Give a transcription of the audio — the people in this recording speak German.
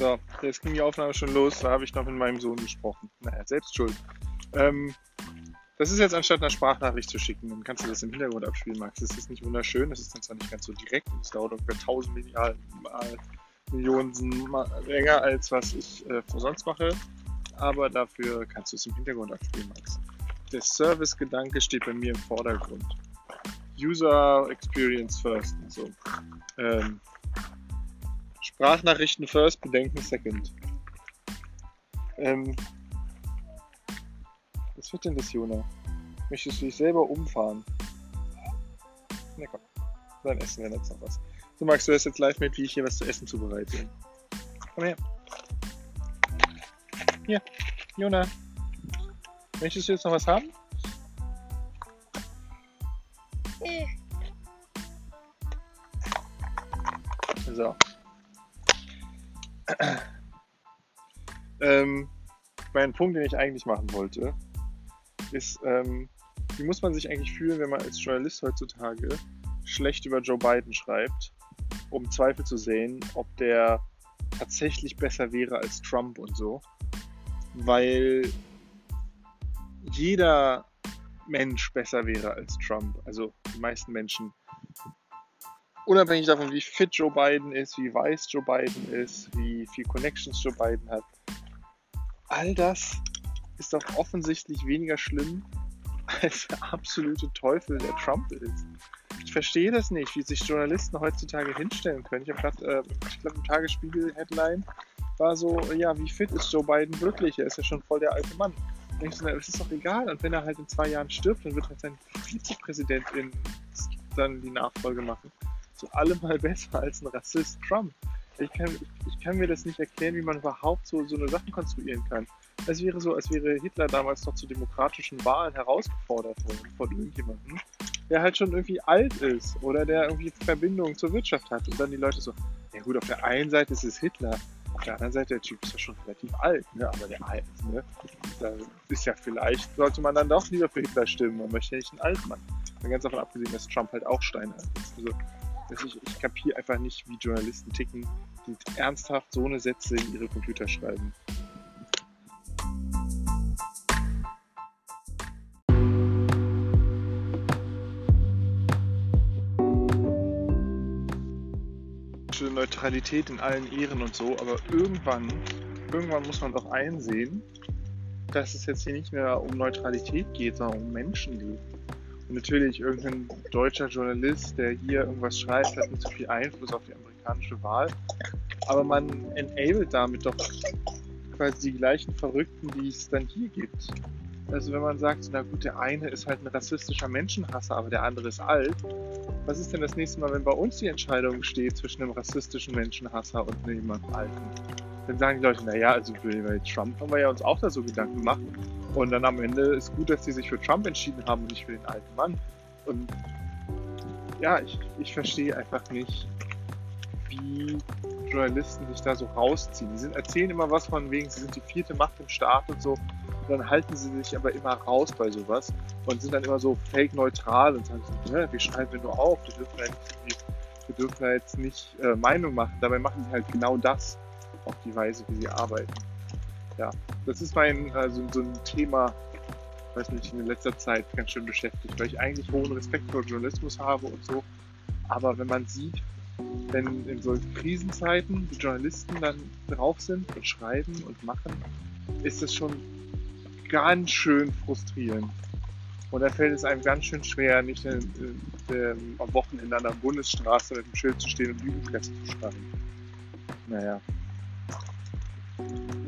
So, jetzt ging die Aufnahme schon los, da habe ich noch mit meinem Sohn gesprochen. Naja, selbst schuld. Das ist jetzt anstatt einer Sprachnachricht zu schicken, dann kannst du das im Hintergrund abspielen, Max. Das ist nicht wunderschön, das ist dann zwar nicht ganz so direkt und es dauert ungefähr 1000 Millionen Mal länger, als was ich sonst mache, aber dafür kannst du es im Hintergrund abspielen, Max. Der Service-Gedanke steht bei mir im Vordergrund. User Experience first und so. Sprachnachrichten first, Bedenken second. Was wird denn das, Jona? Möchtest du dich selber umfahren? Na komm, dann essen wir jetzt noch was. So, Max, du hörst jetzt live mit, wie ich hier was zu essen zubereite. Komm her. Hier, Jona. Möchtest du jetzt noch was haben? So. Mein Punkt, den ich eigentlich machen wollte, ist, wie muss man sich eigentlich fühlen, wenn man als Journalist heutzutage schlecht über Joe Biden schreibt, um Zweifel zu säen, ob der tatsächlich besser wäre als Trump und so. Weil jeder Mensch besser wäre als Trump, also die meisten Menschen. Unabhängig davon, wie fit Joe Biden ist, wie weiß Joe Biden ist, wie viel Connections Joe Biden hat. All das ist doch offensichtlich weniger schlimm als der absolute Teufel, der Trump ist. Ich verstehe das nicht, wie sich Journalisten heutzutage hinstellen können. Ich habe gerade, ich glaube, im Tagesspiegel-Headline war so, ja, wie fit ist Joe Biden wirklich? Er ist ja schon voll der alte Mann. Da denke ich so, das ist doch egal. Und wenn er halt in 2 Jahren stirbt, dann wird halt sein Vizepräsidentin dann die Nachfolge machen. So allemal besser als ein Rassist Trump. Ich kann mir das nicht erklären, wie man überhaupt so eine Sache konstruieren kann. Es wäre so, als wäre Hitler damals noch zu demokratischen Wahlen herausgefordert worden von irgendjemandem, der halt schon irgendwie alt ist oder der irgendwie Verbindungen zur Wirtschaft hat. Und dann die Leute so, ja gut, auf der einen Seite ist es Hitler, auf der anderen Seite, der Typ ist ja schon relativ alt, ne? Aber der Alt, ne? Da ist ja vielleicht, sollte man dann doch lieber für Hitler stimmen, man möchte ja nicht einen Altmann. Und ganz davon abgesehen, dass Trump halt auch steinalt ist. Also, ich kapiere einfach nicht, wie Journalisten ticken, die ernsthaft so eine Sätze in ihre Computer schreiben. Neutralität in allen Ehren und so, aber irgendwann muss man doch einsehen, dass es jetzt hier nicht mehr um Neutralität geht, sondern um Menschen geht. Und natürlich, irgendein deutscher Journalist, der hier irgendwas schreibt, hat nicht so viel Einfluss auf die amerikanische Wahl. Aber man enabled damit doch quasi die gleichen Verrückten, die es dann hier gibt. Also wenn man sagt, na gut, der eine ist halt ein rassistischer Menschenhasser, aber der andere ist alt. Was ist denn das nächste Mal, wenn bei uns die Entscheidung steht zwischen einem rassistischen Menschenhasser und jemandem Alten? Dann sagen die Leute, naja, also bei Trump haben wir ja uns auch da so Gedanken gemacht. Und dann am Ende ist gut, dass die sich für Trump entschieden haben und nicht für den alten Mann. Und ja, ich verstehe einfach nicht, wie Journalisten sich da so rausziehen. Die erzählen immer was von wegen, sie sind die 4. Macht im Staat und so. Und dann halten sie sich aber immer raus bei sowas und sind dann immer so fake-neutral und sagen so, ja, wir schreiben nur auf, wir dürfen da jetzt nicht Meinung machen. Dabei machen sie halt genau das auf die Weise, wie sie arbeiten. Ja, das ist so ein Thema, was mich in letzter Zeit ganz schön beschäftigt, weil ich eigentlich hohen Respekt vor Journalismus habe und so. Aber wenn man sieht, wenn in solchen Krisenzeiten die Journalisten dann drauf sind und schreiben und machen, ist das schon ganz schön frustrierend. Und da fällt es einem ganz schön schwer, nicht am Wochenende an der Bundesstraße mit dem Schild zu stehen und Lügenpresse zu schreiben. Naja.